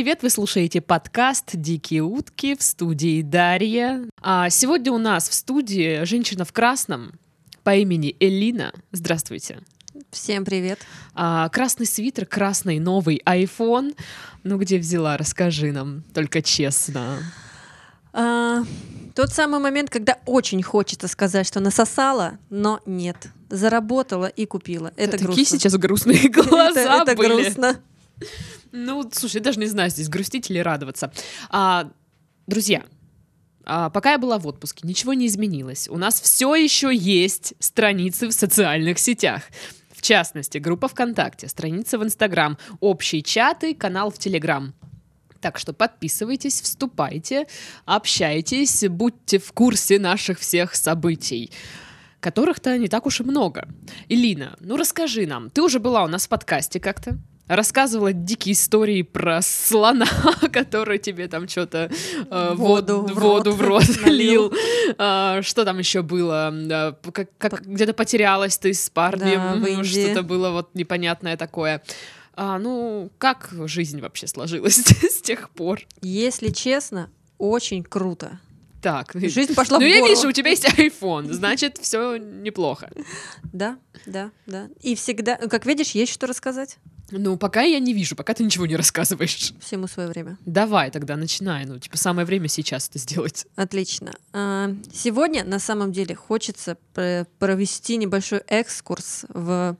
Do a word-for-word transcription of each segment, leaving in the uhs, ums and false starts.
привет! Вы слушаете подкаст «Дикие утки», в студии Дарья. А сегодня у нас в студии женщина в красном по имени Элина. Здравствуйте. Всем привет. А, красный свитер, красный новый iPhone. Ну, где взяла? Расскажи нам, только честно. А, тот самый момент, когда очень хочется сказать, что насосала, но нет. Заработала и купила. Это Такие грустно. сейчас грустные глаза это, это были. грустно. Ну, слушай, я даже не знаю, здесь грустить или радоваться. А, друзья, а, пока я была в отпуске, ничего не изменилось. У нас все еще есть страницы в социальных сетях. В частности, группа ВКонтакте, страница в Инстаграм, общие чаты, канал в Телеграм. Так что подписывайтесь, вступайте, общайтесь, будьте в курсе наших всех событий, которых-то не так уж и много. Элина, ну расскажи нам, ты уже была у нас в подкасте как-то? Рассказывала дикие истории про слона, который тебе там что-то э, воду, в воду в рот лил. А, что там еще было? А, как, как, где-то потерялась ты с парнем, да, что-то было вот непонятное такое. А, ну, как жизнь вообще сложилась с тех пор? Если честно, очень круто. Так, жизнь пошла ну, в гору. Ну, я вижу, у тебя есть iPhone, значит, все неплохо. Да, да, да. И всегда, как видишь, есть что рассказать. Ну, пока я не вижу, пока ты ничего не рассказываешь. Всему свое время. Давай тогда, начинай. Ну, типа, самое время сейчас это сделать. Отлично. Сегодня, на самом деле, хочется провести небольшой экскурс в...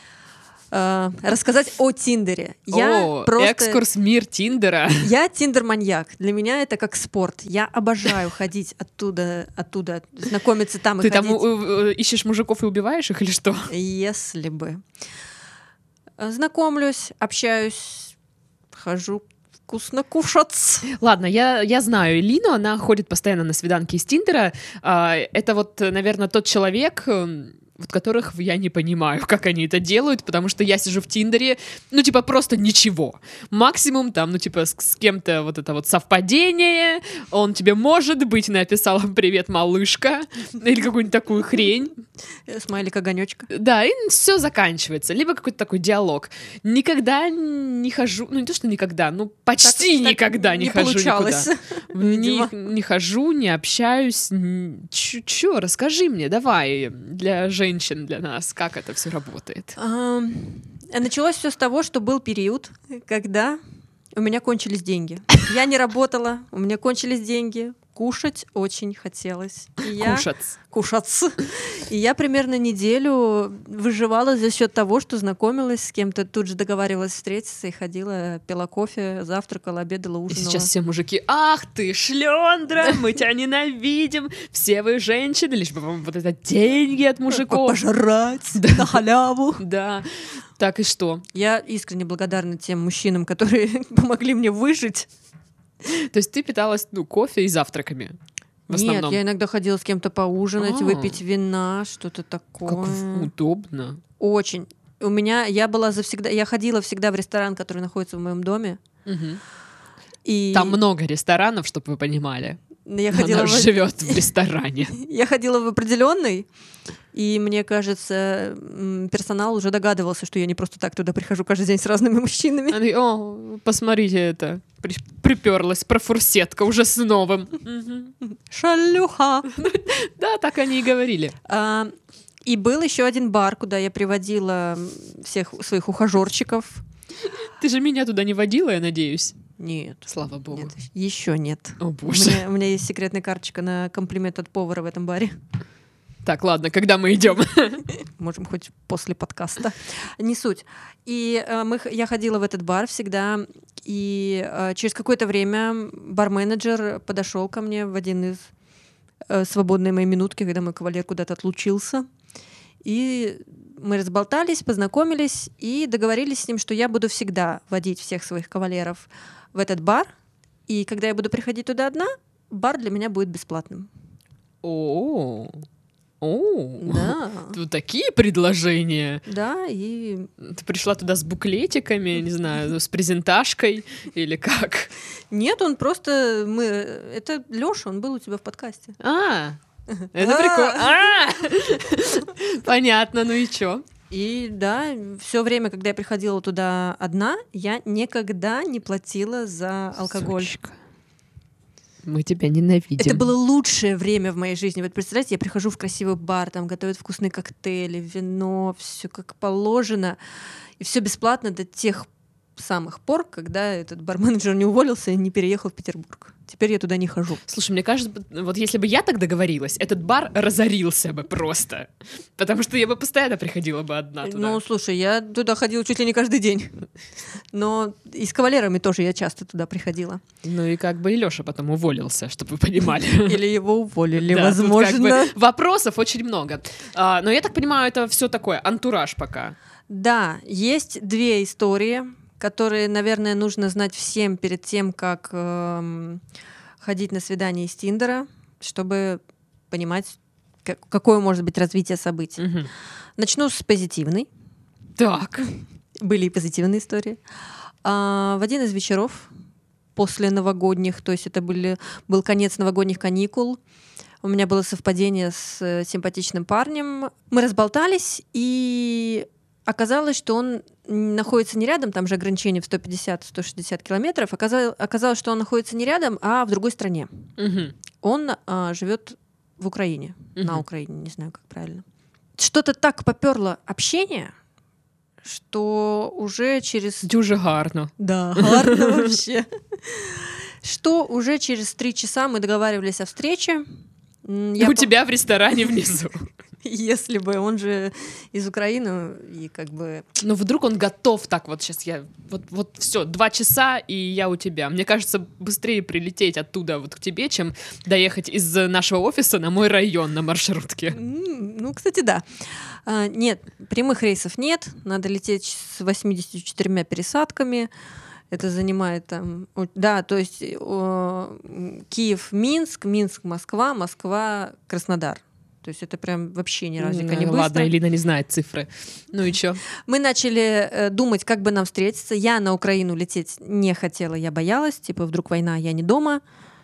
рассказать о Тиндере. Я о, просто... экскурс в мир Тиндера. Я Тиндер-маньяк. Для меня это как спорт. Я обожаю ходить оттуда, оттуда, знакомиться там и Ты ходить. Ты там ищешь мужиков и убиваешь их или что? Если бы. Знакомлюсь, общаюсь, хожу вкусно кушать. Ладно, я, я знаю Элину, она ходит постоянно на свиданки из Тиндера. Это вот, наверное, тот человек... вот которых я не понимаю, как они это делают, потому что я сижу в Тиндере, ну, типа, просто ничего. Максимум там, ну, типа, с, с кем-то вот это вот совпадение, он тебе, может быть, написал «Привет, малышка», или какую-нибудь такую хрень. Смайлик огонечка. Да, и все заканчивается. Либо какой-то такой диалог. Никогда не хожу, ну, не то, что никогда, ну, почти так, никогда так не, не хожу получалось. Никуда. Не, не хожу, не общаюсь. Чё, расскажи мне, давай, для женщин. Женщин для нас, как это все работает? А, началось все с того, что был период, когда у меня кончились деньги. Я не работала, у меня кончились деньги. Кушать очень хотелось. Кушать. Кушаться. И я примерно неделю выживала за счет того, что знакомилась с кем-то, тут же договаривалась встретиться и ходила, пила кофе, завтракала, обедала, ужинала. И сейчас все мужики: ах ты, шлёндра, мы тебя ненавидим, все вы женщины, лишь бы вам вот это деньги от мужиков. Пожрать на халяву. Да. Так и что? Я искренне благодарна тем мужчинам, которые помогли мне выжить. То есть ты питалась, ну, кофе и завтраками? В Нет, я иногда ходила с кем-то поужинать, А-а-а. выпить вина, что-то такое. Как удобно. Очень. У меня, я была завсегда, я ходила всегда в ресторан, который находится в моем доме. Угу. И... Там много ресторанов, чтобы вы понимали. Я ходила Она в... живет в ресторане. Я ходила в определенный, и мне кажется, персонал уже догадывался, что я не просто так туда прихожу каждый день с разными мужчинами. Они: о, посмотрите это, при, приперлась профурсетка уже с новым. Шалюха. Да, так они и говорили. А, и был еще один бар, куда я приводила всех своих ухажерчиков. Ты же меня туда не водила, я надеюсь? Нет. Слава богу. Нет, еще нет. О боже. У меня, у меня есть секретная карточка на комплимент от повара в этом баре. Так, ладно, когда мы идем? Можем хоть после подкаста. Не суть. И э, мы, я ходила в этот бар всегда, и э, через какое-то время бар-менеджер подошел ко мне в один из э, свободные мои минутки, когда мой кавалер куда-то отлучился. И мы разболтались, познакомились и договорились с ним, что я буду всегда водить всех своих кавалеров в этот бар, и когда я буду приходить туда одна, бар для меня будет бесплатным. О, о, да. Тут такие предложения. Да, и... Ты пришла туда с буклетиками, не знаю, с презентажкой или как? Нет, он просто... мы, это Лёша, он был у тебя в подкасте. А, это прикольно. Понятно, ну и чё? И да, все время, когда я приходила туда одна, я никогда не платила за алкоголь. Сучка. Мы тебя ненавидим. Это было лучшее время в моей жизни. Вот представляете, я прихожу в красивый бар, там готовят вкусные коктейли, вино, все как положено, и все бесплатно до тех самых пор, когда этот бар-менеджер не уволился и не переехал в Петербург. Теперь я туда не хожу. Слушай, мне кажется, вот если бы я так договорилась, этот бар разорился бы просто. Потому что я бы постоянно приходила бы одна туда. Ну, слушай, я туда ходила чуть ли не каждый день. Но и с кавалерами тоже я часто туда приходила. Ну и как бы и Лёша потом уволился, чтобы вы понимали. Или его уволили, Да, тут возможно. как бы вопросов очень много. А, но я так понимаю, это все такое, антураж пока. Да, есть две истории, которые, наверное, нужно знать всем перед тем, как эм, ходить на свидание из Тиндера, чтобы понимать, как, какое может быть развитие событий. Мгм. Начну с позитивной. Так. Были и позитивные истории. А, в один из вечеров после новогодних, то есть это были, был конец новогодних каникул, у меня было совпадение с э, симпатичным парнем. Мы разболтались, и оказалось, что он находится не рядом, там же ограничение в сто пятьдесят - сто шестьдесят километров. Оказалось, оказалось, что он находится не рядом, а в другой стране. Мгм. Он а, живет в Украине, на Мгм. Украине, не знаю, как правильно. Что-то так поперло общение, что уже через... Дюже гарно. Да, гарно вообще. Что уже через три часа мы договаривались о встрече. М, я У по- тебя в ресторане внизу. Если бы он же из Украины, и как бы... Но вдруг он готов так вот сейчас я... Вот, вот все, два часа, и я у тебя. Мне кажется, быстрее прилететь оттуда вот к тебе, чем доехать из нашего офиса на мой район на маршрутке. М, Ну, кстати, да. А, Нет, прямых рейсов нет. Надо лететь с восьмидесятью четырьмя пересадками. Это занимает там... о- Да, то есть о, м, Киев-Минск, Минск-Москва, Москва-Краснодар. То есть это прям вообще ни разика не Ну, быстро. ладно, Элина не знает цифры. Ну и чё? Мы начали э, думать, как бы нам встретиться. Я на Украину лететь не хотела, я боялась. Типа, вдруг война, я не дома.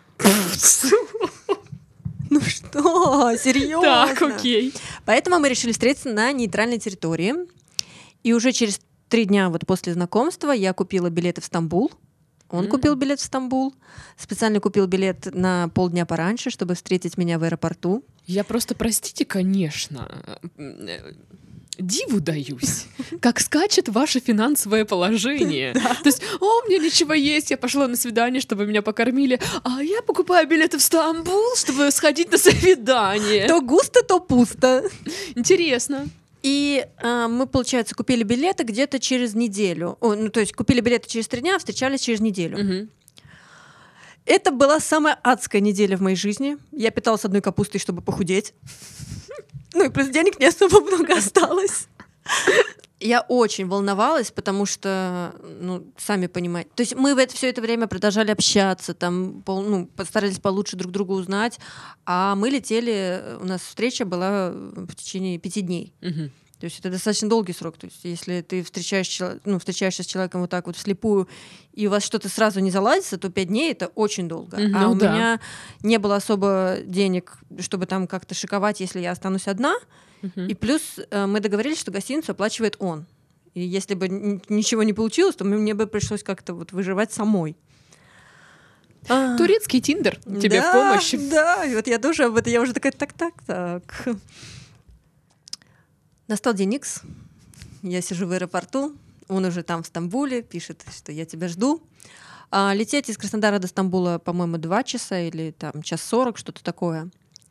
Ну что, серьезно? Так, окей. Поэтому мы решили встретиться на нейтральной территории. И уже через три дня вот после знакомства я купила билеты в Стамбул. Он М. купил билет в Стамбул. Специально купил билет на полдня пораньше, чтобы встретить меня в аэропорту. Я просто, простите, конечно, э, диву даюсь, как скачет ваше финансовое положение. То есть, о, у меня ничего есть, я пошла на свидание, чтобы меня покормили, а я покупаю билеты в Стамбул, чтобы сходить на свидание. То густо, то пусто. Интересно. И а, мы, получается, купили билеты где-то через неделю. О, ну, то есть купили билеты через три дня, а встречались через неделю. Мгм. Это была самая адская неделя в моей жизни. Я питалась одной капустой, чтобы похудеть. Ну и плюс денег не особо много осталось. Я очень волновалась, потому что, ну, сами понимаете. То есть мы в это, все это время продолжали общаться, там, пол- ну, постарались получше друг друга узнать, а мы летели, у нас встреча была в течение пяти дней. Мгм. То есть это достаточно долгий срок. То есть если ты встречаешь, чело- ну, встречаешься с человеком вот так вот вслепую, и у вас что-то сразу не заладится, то пять дней — это очень долго. Мгм, а ну у да. меня не было особо денег, чтобы там как-то шиковать, если я останусь одна. Мгм. И плюс э, мы договорились, что гостиницу оплачивает он. И если бы н- ничего не получилось, то мне бы пришлось как-то вот выживать самой. А, Турецкий Тиндер тебе да, в помощь. Да, и вот я тоже об этом, я уже такая, так-так-так. Настал день Икс, я сижу в аэропорту, он уже там в Стамбуле, пишет, что я тебя жду. А, лететь из Краснодара до Стамбула, по-моему, два часа или там час сорок, что-то такое.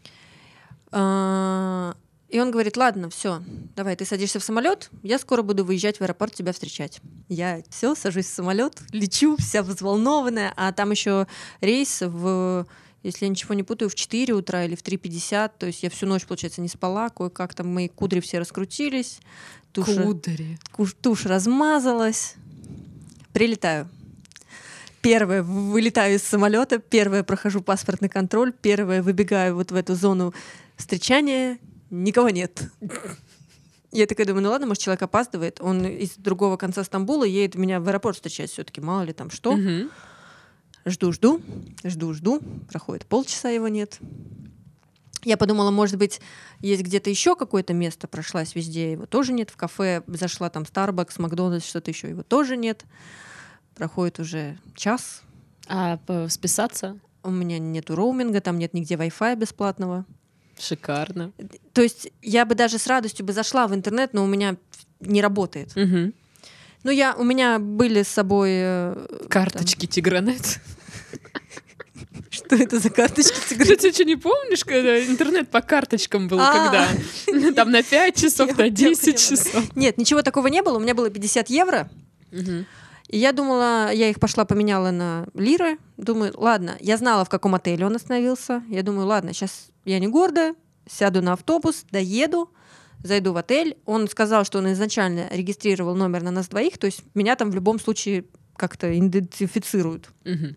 А, и он говорит, ладно, все, давай, ты садишься в самолет, я скоро буду выезжать в аэропорт тебя встречать. Я все, сажусь в самолет, лечу, вся взволнованная, а там еще рейс в, если я ничего не путаю, в четыре утра или в три пятьдесят, то есть я всю ночь, получается, не спала, кое-как там мои кудри все раскрутились, тушь, Кудари. куш- тушь размазалась. Прилетаю. Первое, вылетаю из самолета, первое, прохожу паспортный контроль, первое, выбегаю вот в эту зону встречания, никого нет. Я такая думаю, ну ладно, может, человек опаздывает, он из другого конца Стамбула едет меня в аэропорт встречать все-таки, мало ли там что. Мгм. Жду, жду, жду, жду, проходит полчаса, его нет. Я подумала, может быть, есть где-то еще какое-то место, прошлась везде, его тоже нет. В кафе зашла там Starbucks, Макдональдс, что-то еще, его тоже нет. Проходит уже час. А по- списаться? У меня нету роуминга, там нет нигде Wi-Fi бесплатного. Шикарно. То есть я бы даже с радостью бы зашла в интернет, но у меня не работает. Угу. Ну, я, у меня были с собой... э, Карточки Тигранет. там, что это за карточки? Ты, ты что, не помнишь, когда интернет по карточкам был, А. когда? Там на пять часов, Я- на я десять поняла, да. часов. Нет, ничего такого не было. У меня было пятьдесят евро. Мгм. И я думала, я их пошла поменяла на лиры. Думаю, ладно, я знала, в каком отеле он остановился. Я думаю, ладно, сейчас я не гордая, сяду на автобус, доеду, зайду в отель. Он сказал, что он изначально регистрировал номер на нас двоих, то есть меня там в любом случае как-то идентифицируют. Мгм.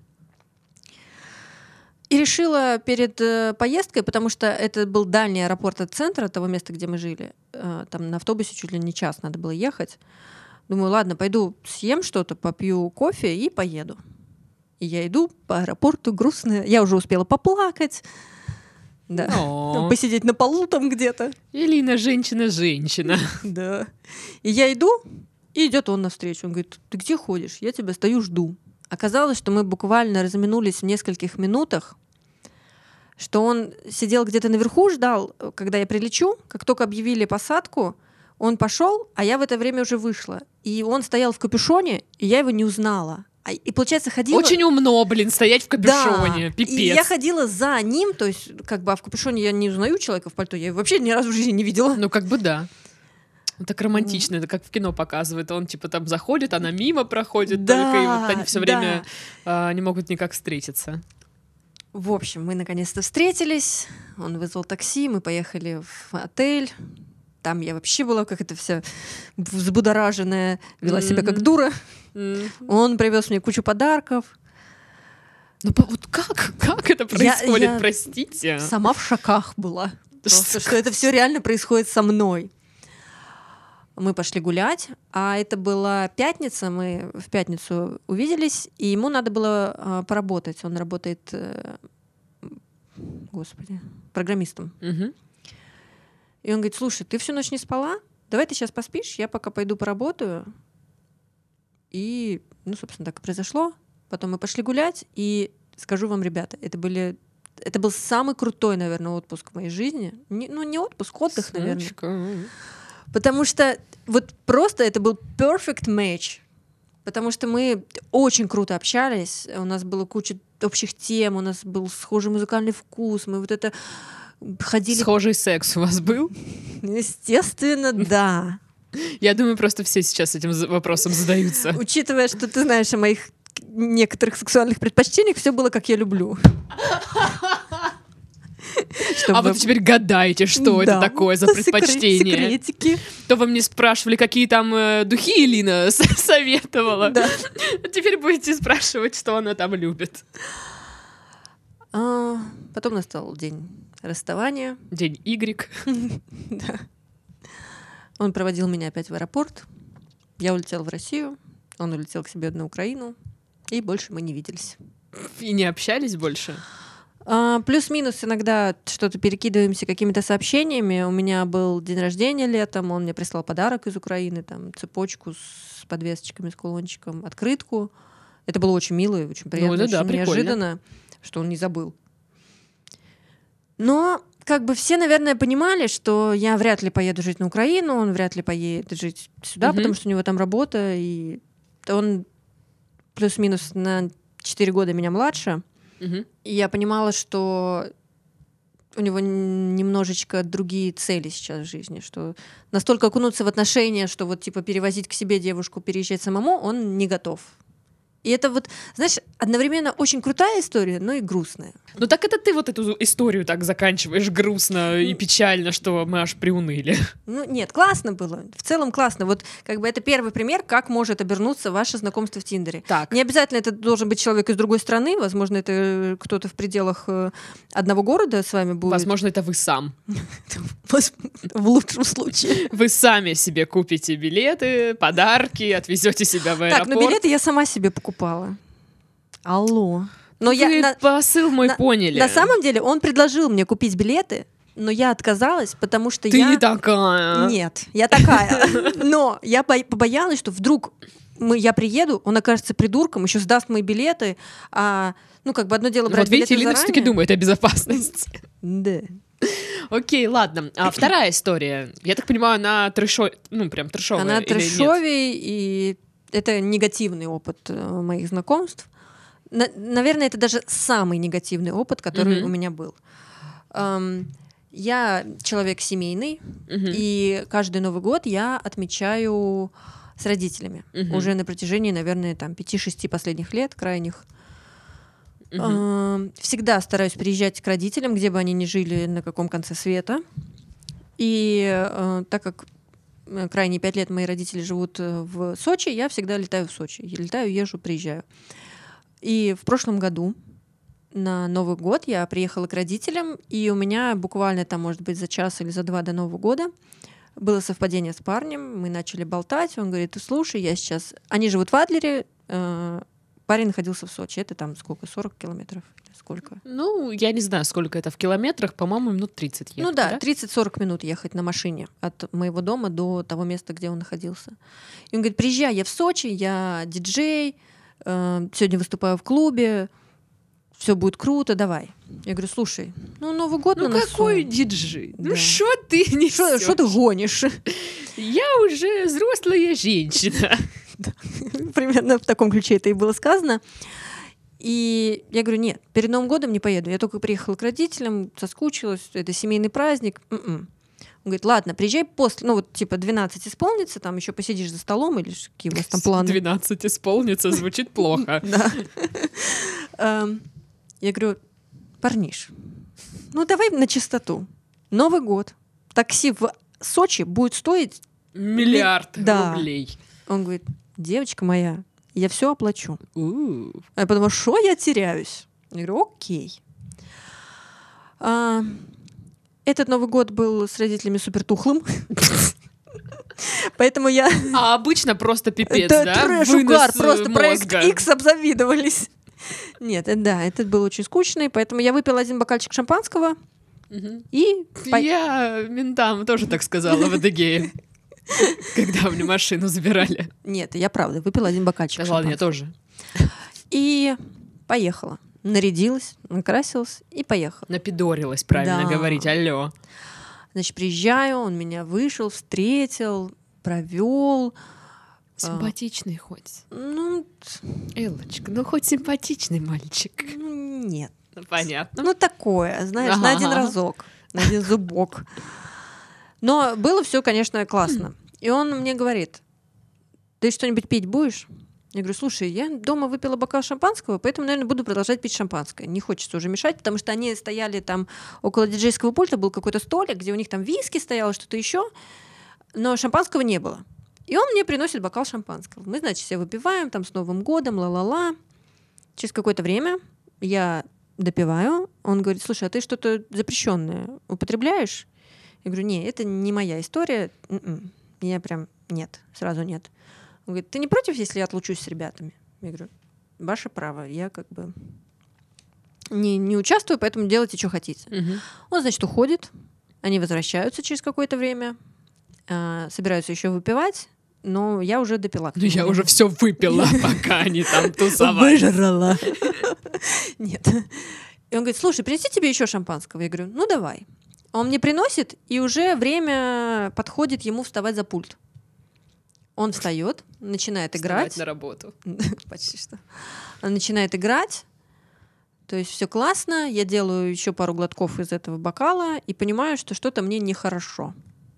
И решила перед э, поездкой, потому что это был дальний аэропорт от центра, того места, где мы жили. Э, там на автобусе чуть ли не час надо было ехать. Думаю, ладно, пойду съем что-то, попью кофе и поеду. И я иду по аэропорту грустная. Я уже успела поплакать. Да. О. Там посидеть на полу там где-то. Элина, женщина-женщина. Да. И я иду, и идет он навстречу. Он говорит, ты где ходишь? Я тебя стою, жду. Оказалось, что мы буквально разминулись в нескольких минутах, что он сидел где-то наверху, ждал, когда я прилечу. Как только объявили посадку, он пошел, а я в это время уже вышла. И он стоял в капюшоне, и я его не узнала. А- И, получается, ходила... Очень умно, блин, стоять в капюшоне. Да. Пипец. И я ходила за ним, то есть, как бы, а в капюшоне я не узнаю человека в пальто, я его вообще ни разу в жизни не видела. Ну, как бы да. Ну, так романтично, это как в кино показывает. Он типа там заходит, она мимо проходит, Да, только и вот они все да. время а, не могут никак встретиться. В общем, мы наконец-то встретились, он вызвал такси, мы поехали в отель. Там я вообще была как это вся взбудораженная, вела себя как Мгм. дура. М. Он привез мне кучу подарков. Ну, по- вот как? Как это происходит, я- простите? Сама в шоках была. Просто, Что- что это все реально происходит со мной. Мы пошли гулять, а это была пятница, мы в пятницу увиделись, и ему надо было а, поработать. Он работает, э, господи, программистом. Мгм. И он говорит, слушай, ты всю ночь не спала? Давай ты сейчас поспишь, я пока пойду поработаю. И, ну, собственно, так и произошло. Потом мы пошли гулять, и скажу вам, ребята, это были... Это был самый крутой, наверное, отпуск в моей жизни. Не- ну, не отпуск, отдых, наверное. Сучка. Потому что вот просто это был perfect match. Потому что мы очень круто общались, у нас была куча общих тем, у нас был схожий музыкальный вкус, мы вот это ходили... Схожий секс у вас был? Естественно, да. Я думаю, просто все сейчас этим за- вопросом задаются. Учитывая, что ты знаешь о моих некоторых сексуальных предпочтениях, все было как я люблю. А вы теперь гадаете, что это Да. такое за Секрет- предпочтение. Секретики. То вы мне спрашивали, какие там э, духи Элина с- советовала. Да. Теперь будете спрашивать, что она там любит. А, потом настал день расставания. День Y. Да. Он проводил меня опять в аэропорт. Я улетела в Россию. Он улетел к себе на Украину. И больше мы не виделись. И не общались больше? А, плюс-минус иногда что-то перекидываемся какими-то сообщениями. У меня был день рождения летом, он мне прислал подарок из Украины, там цепочку с подвесочками, с кулончиком, открытку. Это было очень мило и очень приятно, это да, очень прикольно. неожиданно, что он не забыл. Но как бы все, наверное, понимали, что я вряд ли поеду жить на Украину, он вряд ли поедет жить сюда, Мгм. потому что у него там работа, и он плюс-минус на четыре года меня младше. Мгм. И я понимала, что у него н- немножечко другие цели сейчас в жизни, что настолько окунуться в отношения, что вот типа перевозить к себе девушку, переезжать самому, он не готов. И это вот, знаешь, одновременно очень крутая история, но и грустная. Ну так это ты вот эту историю так заканчиваешь грустно и печально, что мы аж приуныли. Ну нет, классно было. В целом классно. Вот как бы это первый пример, как может обернуться ваше знакомство в Тиндере. Так. Не обязательно это должен быть человек из другой страны, возможно, это кто-то в пределах э, одного города с вами будет. Возможно, это вы сам. Воз- В лучшем случае. Вы сами себе купите билеты, подарки, отвезете себя в Так, аэропорт. ну билеты я сама себе покупала. Алло. Но Вы я на, посыл мой на- поняли. на самом деле он предложил мне купить билеты, но я отказалась, потому что Ты я... не такая. Нет, я такая. Но я бо- побоялась, что вдруг мы, я приеду, он окажется придурком, еще сдаст мои билеты, а, ну, как бы одно дело брать Вот видите, билеты Лина все-таки заранее. думает о безопасности. Да. Окей, ладно. А вторая история. Я так понимаю, она трэшо... ну, прям трэшовая. Она или нет? трэшовей, и это негативный опыт э, моих знакомств. На- наверное, это даже самый негативный опыт, который Мгм. у меня был. Эм, я человек семейный, Мгм. и каждый Новый год я отмечаю с родителями. Мгм. Уже на протяжении, наверное, там пяти-шести последних лет, крайних. Мгм. Эм, Всегда стараюсь приезжать к родителям, где бы они ни жили, на каком конце света. И э, так как э, крайние пять лет мои родители живут э, в Сочи, я всегда летаю в Сочи. Я летаю, езжу, приезжаю. И в прошлом году на Новый год я приехала к родителям, и у меня буквально там, может быть, за час или за два до Нового года было совпадение с парнем, мы начали болтать, он говорит: слушай, я сейчас... Они живут в Адлере, э, парень находился в Сочи, это там сколько, сорок километров? Или сколько? Ну, я не знаю, сколько это в километрах, по-моему, минут тридцать ехать. Ну да, тридцать-сорок минут ехать на машине от моего дома до того места, где он находился. И он говорит: приезжай, я в Сочи, я диджей, э, сегодня выступаю в клубе, все будет круто, давай. Я говорю: слушай, ну Новый год Ну на носу. какой диджей? Да. Ну что ты несёшь? Что ты гонишь? Я уже взрослая женщина. Примерно в таком ключе это и было сказано. И я говорю: нет, перед Новым годом не поеду. Я только приехала к родителям, соскучилась, это семейный праздник. М-м. Он говорит: ладно, приезжай после, ну вот типа двенадцать исполнится, там еще посидишь за столом или ш- какие у вас там планы. двенадцать исполнится, звучит плохо. Да. Эм, Я говорю: парниш, ну давай на чистоту. Новый год. Такси в Сочи будет стоить... Миллиард Да. рублей. Он говорит: девочка моя, я все оплачу. У. А я подумала: что я теряюсь? Я говорю: окей. А, Этот Новый год был с родителями супер тухлым. Поэтому я... А обычно просто пипец, Это да? трэш, Вынос, угар, э, просто проект мозга. X обзавидовались. Нет, это, да, этот был очень скучный, поэтому я выпила один бокальчик шампанского Мгм. и... по- Я ментам тоже так сказала в Адыгее, когда мне машину забирали. Нет, я правда выпила один бокальчик Да ладно, я шампанского. тоже. И поехала. Нарядилась, накрасилась и поехала. Напидорилась, правильно Да. говорить. Алло. Значит, приезжаю, он меня вышел, встретил, провел. Симпатичный хоть. Ну, Эллочка, ну хоть симпатичный мальчик. ну, нет. Ну, понятно. Ну, такое, знаешь, на один Ага. разок, на один зубок. Но было все, конечно, классно. И он мне говорит: ты что-нибудь пить будешь? Я говорю: слушай, я дома выпила бокал шампанского, поэтому, наверное, буду продолжать пить шампанское. Не хочется уже мешать, потому что они стояли там около диджейского пульта, был какой-то столик, где у них там виски стояло, что-то еще, но шампанского не было. И он мне приносит бокал шампанского. Мы, значит, все выпиваем там с Новым годом, ла-ла-ла. Через какое-то время я допиваю. Он говорит: слушай, а ты что-то запрещенное употребляешь? Я говорю: не, это не моя история. М-м. Я прям нет, сразу нет. Он говорит: ты не против, если я отлучусь с ребятами? Я говорю: ваше право, я как бы не, не участвую, поэтому делайте, что хотите. Мгм. Он, значит, уходит, они возвращаются через какое-то время, а, собираются еще выпивать, но я уже допила. к Ну, тому я времени. уже все выпила, пока они там тусовались. Выжрала. Нет. И он говорит: слушай, принеси тебе еще шампанского. Я говорю: ну давай. Он мне приносит, и уже время подходит ему вставать за пульт. Он встает, начинает Вставать играть. на работу. Почти что. Он начинает играть. То есть все классно. Я делаю еще пару глотков из этого бокала и понимаю, что что-то мне нехорошо.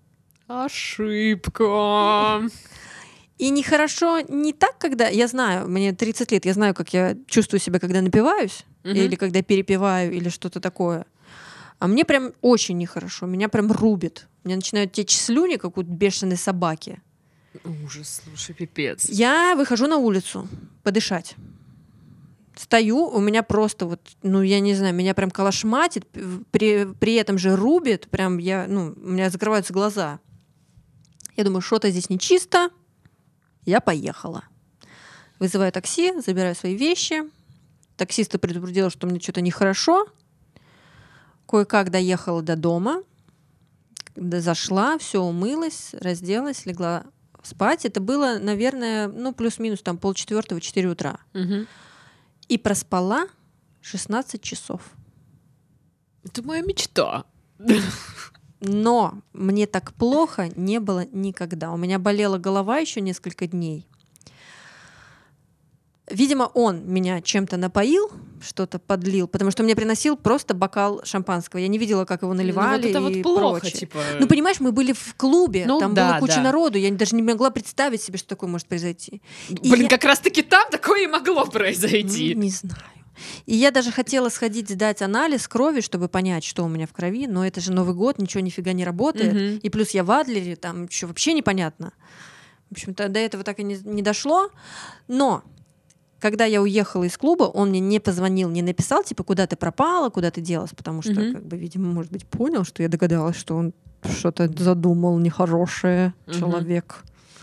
Ошибка. И нехорошо не так, когда... Я знаю, мне тридцать лет, я знаю, как я чувствую себя, когда напиваюсь, Мгм. или когда перепиваю, или что-то такое. А мне прям очень нехорошо, меня прям рубит. Мне начинают течь слюни, как у бешеной собаки. Ужас, слушай, пипец. Я выхожу на улицу подышать. Стою, у меня просто вот, ну, я не знаю, меня прям колошматит, при, при этом же рубит, прям я, ну, у меня закрываются глаза. Я думаю, что-то здесь нечисто. Я поехала. Вызываю такси, забираю свои вещи. Таксиста предупредила, что мне что-то нехорошо. кое-как доехала до дома, зашла, все умылась, разделась, легла спать. Это было, наверное, ну, плюс-минус там полчетвертого, четыре утра. Угу. И проспала шестнадцать часов. Это моя мечта. Но мне так плохо не было никогда. У меня болела голова еще несколько дней. Видимо, он меня чем-то напоил, что-то подлил, потому что мне приносил просто бокал шампанского. Я не видела, как его наливали. Ну, вот это и вот плохо, прочее. типа. Ну, понимаешь, мы были в клубе, Ну, там да, была куча да. народу, я даже не могла представить себе, что такое может произойти. И Блин, я- как раз-таки там такое и могло произойти. Ну, не знаю. И я даже хотела сходить сдать анализ крови, чтобы понять, что у меня в крови, но это же Новый год, ничего нифига не работает. Мгм. И плюс я в Адлере, там еще вообще непонятно. В общем-то, до этого так и не, не дошло. Но когда я уехала из клуба, он мне не позвонил, не написал, типа, куда ты пропала, куда ты делась, потому что, Мгм. как бы, видимо, может быть, понял, что я догадалась, что он что-то задумал нехорошее, Мгм. человек.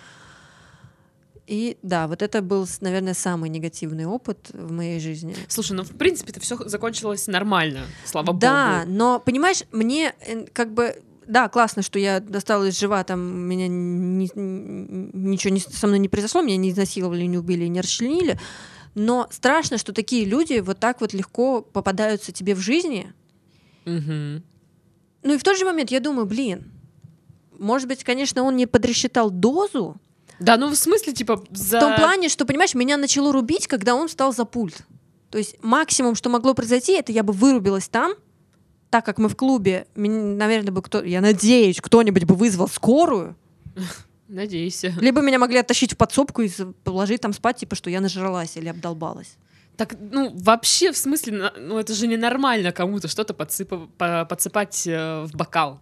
И да, вот это был, наверное, самый негативный опыт в моей жизни. Слушай, ну в принципе это все закончилось нормально, слава Да, богу. но понимаешь, мне э, как бы да, классно, что я досталась жива, там меня ни- ни- ничего не, со мной не произошло, меня не изнасиловали, не убили, не расчленили. Но страшно, что такие люди вот так вот легко попадаются тебе в жизни. Мгм. Ну и в тот же момент я думаю, блин, может быть, конечно, он не подрасчитал дозу, Да, ну в смысле, типа, за... в том плане, что, понимаешь, меня начало рубить, когда он встал за пульт. То есть максимум, что могло произойти, это я бы вырубилась там, так как мы в клубе, мен- наверное, бы кто, я надеюсь, кто-нибудь бы вызвал скорую, Надейся. либо меня могли оттащить в подсобку и за- положить там спать, типа, что я нажралась или обдолбалась. Так, ну, вообще, в смысле, на- ну, это же ненормально кому-то что-то подсыпа- по- подсыпать э, в бокал.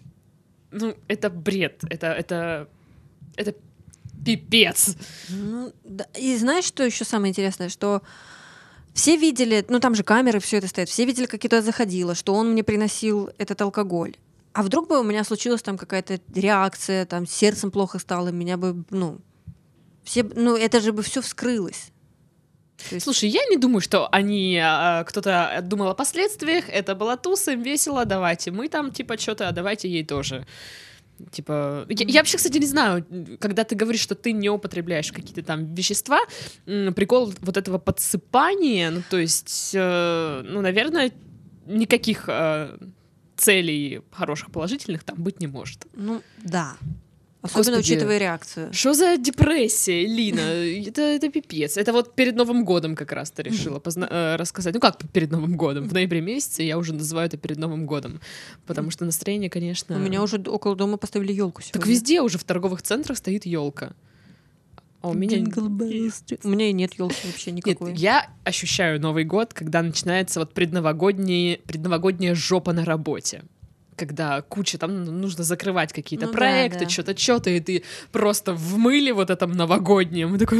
Ну, это бред, это, это, это пипец. Ну, да. И знаешь, что еще самое интересное, что все видели, ну там же камеры, все это стоит, все видели, как я заходила, что он мне приносил этот алкоголь. А вдруг бы у меня случилась там какая-то реакция, там с сердцем плохо стало, меня бы, ну, все, б- ну это же бы все вскрылось. То есть- Слушай, я не думаю, что они, а, кто-то думал о последствиях, это была туса, им весело, давайте, мы там, типа, что-то, а давайте ей тоже. Типа, я, я вообще, кстати, не знаю, когда ты говоришь, что ты не употребляешь какие-то там вещества, м, прикол вот этого подсыпания, ну, то есть, э, ну, наверное, никаких э, целей хороших, положительных там быть не может. Ну да. Особенно Господи. учитывая реакцию. Что за депрессия, Лина? Это, это пипец. Это вот перед Новым годом как раз ты решила позна- э, рассказать. Ну как перед Новым годом? В ноябре месяце я уже называю это перед Новым годом. Потому что настроение, конечно... У меня уже около дома поставили елку сегодня. Так везде уже в торговых центрах стоит елка. А у меня... Jingle bells. У меня и нет елки вообще Нет, никакой. я ощущаю Новый год, когда начинается вот предновогодние, предновогодняя жопа на работе. Когда куча, там ну, нужно закрывать какие-то Ну да, проекты, да. что-то, что-то, и ты просто в мыле вот этом новогоднем, и такой...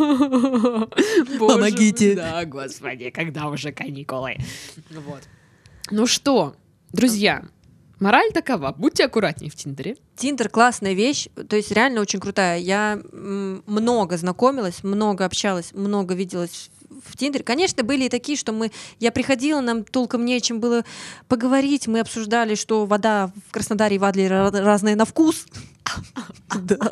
«Боже Помогите». мой, да, господи, когда уже каникулы? Вот. Ну что, друзья, мораль такова, будьте аккуратнее в Тиндере. Тиндер классная вещь, то есть реально очень крутая. Я м, много знакомилась, много общалась, много виделась в Тиндере. Конечно, были и такие, что мы, я приходила, нам толком не о чем было поговорить, мы обсуждали, что вода в Краснодаре и в Адлере ра- разная на вкус. Да.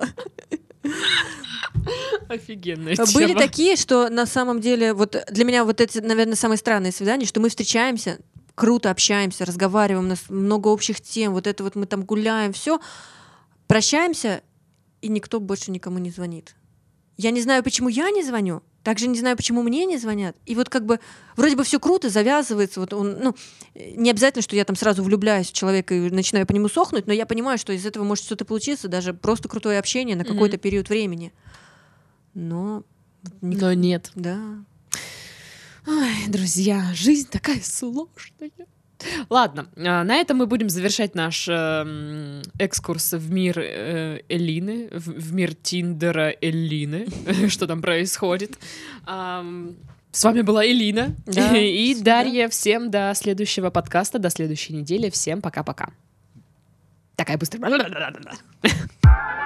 Офигенная Были тема. такие, что на самом деле, вот для меня вот эти, наверное, самые странные свидания, что мы встречаемся, круто общаемся, разговариваем, у нас много общих тем, вот это вот мы там гуляем, все, прощаемся, и никто больше никому не звонит. Я не знаю, почему я не звоню, также не знаю, почему мне не звонят. И вот как бы вроде бы все круто, завязывается. Вот он, ну, не обязательно, что я там сразу влюбляюсь в человека и начинаю по нему сохнуть, но я понимаю, что из этого может что-то получиться, даже просто крутое общение на Мгм. какой-то период времени. Но... ник- Но нет. Да. Ой, друзья, жизнь такая сложная. Ладно, а, на этом мы будем завершать наш эм, экскурс в мир э, Элины, в, в мир Тиндера Элины, что там происходит. Ам, с вами была Элина Да, и да. Дарья. Всем до следующего подкаста, до следующей недели. Всем пока-пока. Такая быстрая.